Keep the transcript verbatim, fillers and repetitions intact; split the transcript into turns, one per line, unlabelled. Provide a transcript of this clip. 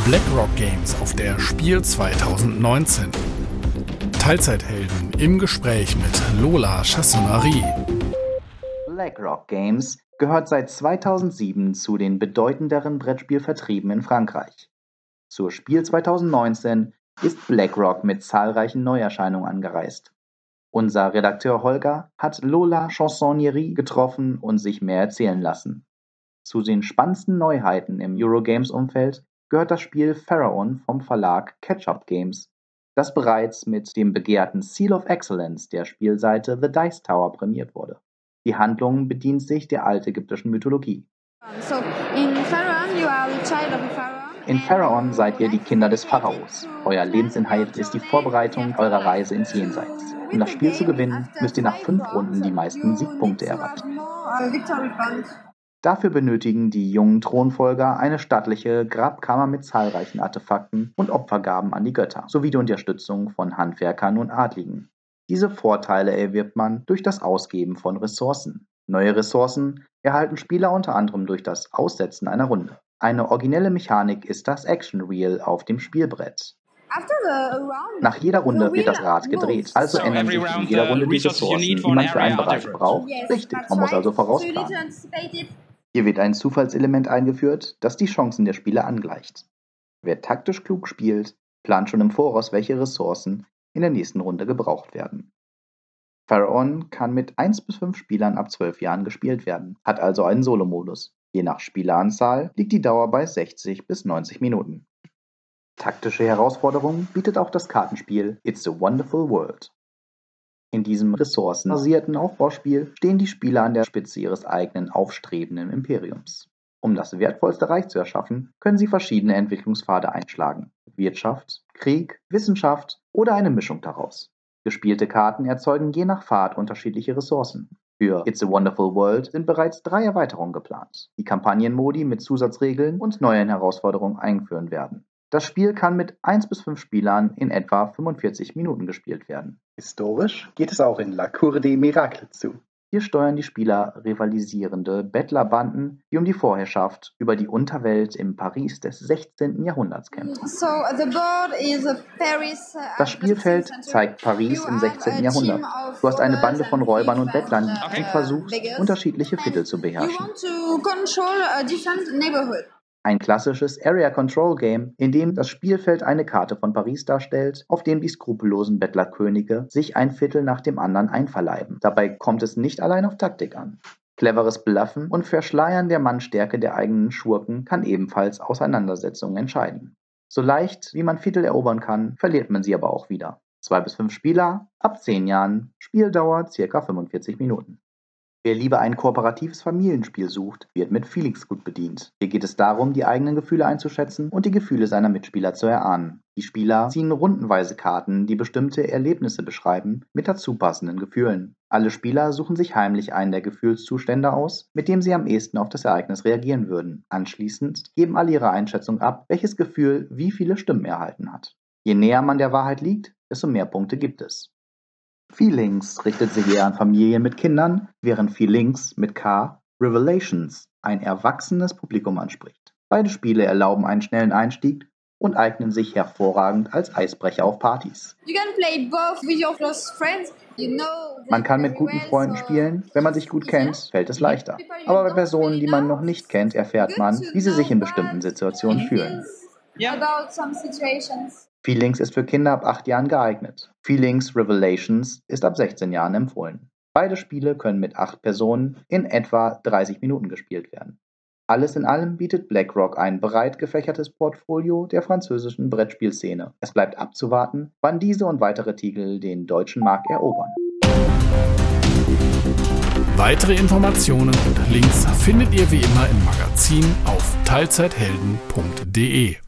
BlackRock Games auf der Spiel zwanzig neunzehn. Teilzeithelden im Gespräch mit Lola Chassonnerie.
BlackRock Games gehört seit zweitausendsieben zu den bedeutenderen Brettspielvertrieben in Frankreich. Zur Spiel zwanzig neunzehn ist BlackRock mit zahlreichen Neuerscheinungen angereist. Unser Redakteur Holger hat Lola Chassonnerie getroffen und sich mehr erzählen lassen. Zu den spannendsten Neuheiten im Eurogames-Umfeld gehört das Spiel Pharaon vom Verlag Ketchup Games, das bereits mit dem begehrten Seal of Excellence der Spielseite The Dice Tower prämiert wurde. Die Handlung bedient sich der altägyptischen Mythologie.
So, in Pharaon, you are the child of a pharaoh.
In Pharaon seid ihr die Kinder des Pharaos. Euer Lebensinhalt ist die Vorbereitung eurer Reise ins Jenseits. Um das Spiel zu gewinnen, müsst ihr nach fünf Runden die meisten Siegpunkte erreichen. Dafür benötigen die jungen Thronfolger eine stattliche Grabkammer mit zahlreichen Artefakten und Opfergaben an die Götter, sowie die Unterstützung von Handwerkern und Adligen. Diese Vorteile erwirbt man durch das Ausgeben von Ressourcen. Neue Ressourcen erhalten Spieler unter anderem durch das Aussetzen einer Runde. Eine originelle Mechanik ist das Action Wheel auf dem Spielbrett. Nach jeder Runde wird das Rad gedreht, also ändern sich in jeder Runde die Ressourcen, die man für einen Bereich braucht. Richtig, man muss also vorausplanen. Hier wird ein Zufallselement eingeführt, das die Chancen der Spieler angleicht. Wer taktisch klug spielt, plant schon im Voraus, welche Ressourcen in der nächsten Runde gebraucht werden. Pharaon kann mit eins bis fünf Spielern ab zwölf Jahren gespielt werden, hat also einen Solo-Modus. Je nach Spieleranzahl liegt die Dauer bei sechzig bis neunzig Minuten. Taktische Herausforderungen bietet auch das Kartenspiel It's a Wonderful World. In diesem ressourcenbasierten Aufbauspiel stehen die Spieler an der Spitze ihres eigenen aufstrebenden Imperiums. Um das wertvollste Reich zu erschaffen, können sie verschiedene Entwicklungspfade einschlagen: Wirtschaft, Krieg, Wissenschaft oder eine Mischung daraus. Gespielte Karten erzeugen je nach Pfad unterschiedliche Ressourcen. Für It's a Wonderful World sind bereits drei Erweiterungen geplant, die Kampagnenmodi mit Zusatzregeln und neuen Herausforderungen einführen werden. Das Spiel kann mit eins bis fünf Spielern in etwa fünfundvierzig Minuten gespielt werden. Historisch geht es auch in La Cour des Miracles zu. Hier steuern die Spieler rivalisierende Bettlerbanden, die um die Vorherrschaft über die Unterwelt im Paris des sechzehnten. Jahrhunderts kämpfen.
So, the board is Paris, uh,
Das Spielfeld zeigt Paris im sechzehnten. Jahrhundert. Du hast eine Bande von Räubern und Bettlern und versuchst, unterschiedliche Viertel zu beherrschen. Ein klassisches Area-Control-Game, in dem das Spielfeld eine Karte von Paris darstellt, auf dem die skrupellosen Bettlerkönige sich ein Viertel nach dem anderen einverleiben. Dabei kommt es nicht allein auf Taktik an. Cleveres Bluffen und Verschleiern der Mannstärke der eigenen Schurken kann ebenfalls Auseinandersetzungen entscheiden. So leicht, wie man Viertel erobern kann, verliert man sie aber auch wieder. Zwei bis fünf Spieler, ab zehn Jahren, Spieldauer ca. fünfundvierzig Minuten. Wer lieber ein kooperatives Familienspiel sucht, wird mit Felix gut bedient. Hier geht es darum, die eigenen Gefühle einzuschätzen und die Gefühle seiner Mitspieler zu erahnen. Die Spieler ziehen rundenweise Karten, die bestimmte Erlebnisse beschreiben, mit dazu passenden Gefühlen. Alle Spieler suchen sich heimlich einen der Gefühlszustände aus, mit dem sie am ehesten auf das Ereignis reagieren würden. Anschließend geben alle ihre Einschätzung ab, welches Gefühl wie viele Stimmen erhalten hat. Je näher man der Wahrheit liegt, desto mehr Punkte gibt es. Feelings richtet sich eher an Familien mit Kindern, während Feelings mit K Revelations ein erwachsenes Publikum anspricht. Beide Spiele erlauben einen schnellen Einstieg und eignen sich hervorragend als Eisbrecher auf Partys. Man kann mit guten Freunden spielen, wenn man sich gut kennt, fällt es leichter. Aber bei Personen, die man noch nicht kennt, erfährt man, wie sie sich in bestimmten Situationen fühlen. Feelings ist für Kinder ab acht Jahren geeignet. Feelings Revelations ist ab sechzehn Jahren empfohlen. Beide Spiele können mit acht Personen in etwa dreißig Minuten gespielt werden. Alles in allem bietet BlackRock ein breit gefächertes Portfolio der französischen Brettspielszene. Es bleibt abzuwarten, wann diese und weitere Titel den deutschen Markt erobern.
Weitere Informationen und Links findet ihr wie immer im Magazin auf teilzeithelden punkt de.